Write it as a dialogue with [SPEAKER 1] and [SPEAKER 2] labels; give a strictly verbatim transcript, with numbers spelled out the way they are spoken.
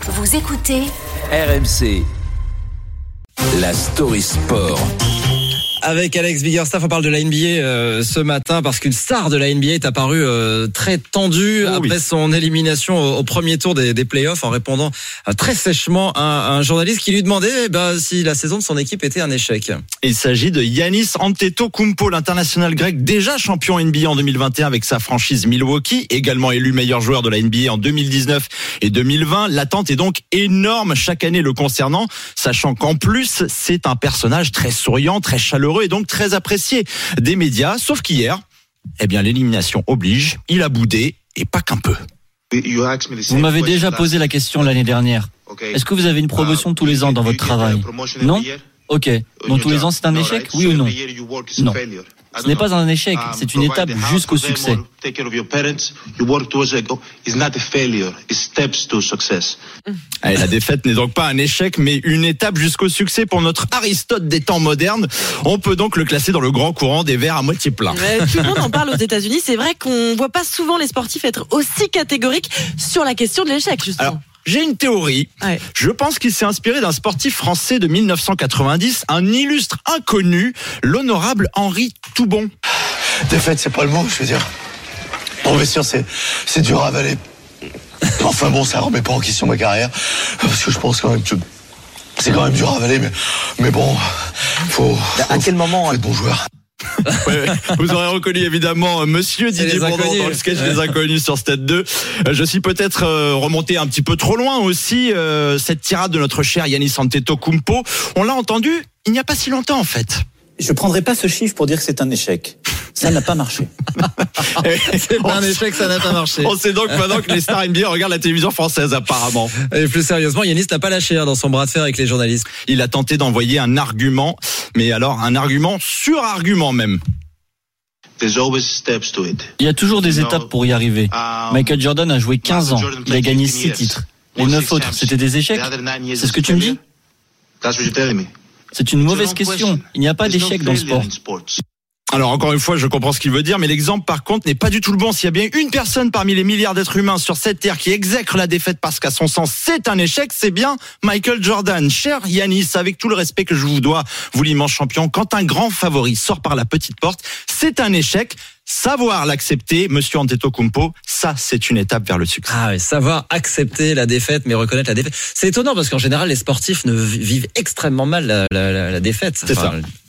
[SPEAKER 1] Vous écoutez
[SPEAKER 2] R M C, la story sport.
[SPEAKER 3] Avec Alex Biggerstaff, on parle de la N B A euh, ce matin parce qu'une star de la N B A est apparue euh, très tendue oh, après oui. son élimination au, au premier tour des, des playoffs en répondant euh, très sèchement à, à un journaliste qui lui demandait eh ben, si la saison de son équipe était un échec.
[SPEAKER 4] Il s'agit de Giannis Antetokounmpo, l'international grec déjà champion N B A en deux mille vingt et un avec sa franchise Milwaukee, également élu meilleur joueur de la N B A en deux mille dix-neuf et deux mille vingt. L'attente est donc énorme chaque année le concernant, sachant qu'en plus c'est un personnage très souriant, très chaleureux et donc très apprécié des médias, sauf qu'hier, eh bien l'élimination oblige, il a boudé et pas qu'un peu.
[SPEAKER 5] Vous m'avez déjà posé la question l'année dernière. Est-ce que vous avez une promotion tous les ans dans votre travail ? Non ? Ok. Donc tous les ans c'est un échec, oui ou non ? Non. Ce n'est pas un échec, c'est une étape jusqu'au succès.
[SPEAKER 4] Allez, la défaite n'est donc pas un échec, mais une étape jusqu'au succès pour notre Aristote des temps modernes. On peut donc le classer dans le grand courant des verres à moitié pleins.
[SPEAKER 6] Ouais, tout le monde en parle aux États-Unis. C'est vrai qu'on voit pas souvent les sportifs être aussi catégoriques sur la question de l'échec, justement.
[SPEAKER 4] Alors, j'ai une théorie. Ouais. Je pense qu'il s'est inspiré d'un sportif français de mille neuf cent quatre-vingt-dix, un illustre inconnu, l'honorable Henri Toubon.
[SPEAKER 7] Défaite, c'est pas le mot, je veux dire. Bon, bien sûr, c'est, c'est dur à avaler. Enfin bon, ça remet pas en question ma carrière, parce que je pense quand même que c'est quand même dur à avaler, mais, mais bon, faut, faut
[SPEAKER 5] à quel moment
[SPEAKER 7] faut être bon joueur.
[SPEAKER 4] Ouais, ouais. Vous aurez reconnu évidemment Monsieur Didier Bourdon dans le sketch ouais. des Inconnus sur Stade deux. Je suis peut-être remonté un petit peu trop loin aussi. Euh, cette tirade de notre cher Giannis Antetokounmpo, on l'a entendu il n'y a pas si longtemps en fait.
[SPEAKER 8] Je prendrai pas ce chiffre pour dire que c'est un échec. Ça n'a pas marché.
[SPEAKER 3] C'est pas un échec, ça n'a pas marché.
[SPEAKER 4] On sait donc maintenant que les stars N B A regardent la télévision française apparemment.
[SPEAKER 3] Et plus sérieusement, Giannis n'a pas lâché hein, dans son bras de fer avec les journalistes.
[SPEAKER 4] Il a tenté d'envoyer un argument, mais alors un argument sur argument même.
[SPEAKER 5] Il y a toujours des étapes pour y arriver. Michael Jordan a joué quinze ans. Il a gagné six titres. Les neuf autres, c'était des échecs. C'est ce que tu me dis ? C'est une mauvaise question. Il n'y a pas d'échec dans le sport.
[SPEAKER 4] Alors encore une fois, je comprends ce qu'il veut dire, mais l'exemple par contre n'est pas du tout le bon. S'il y a bien une personne parmi les milliards d'êtres humains sur cette terre qui exècre la défaite parce qu'à son sens c'est un échec, c'est bien Michael Jordan. Cher Giannis, avec tout le respect que je vous dois, vous l'immense champion, quand un grand favori sort par la petite porte, c'est un échec. Savoir l'accepter, Monsieur Antetokounmpo, ça c'est une étape vers le succès.
[SPEAKER 3] Ah oui, savoir accepter la défaite, mais reconnaître la défaite. C'est étonnant parce qu'en général les sportifs ne vivent extrêmement mal la, la, la, la défaite.
[SPEAKER 4] C'est enfin, ça.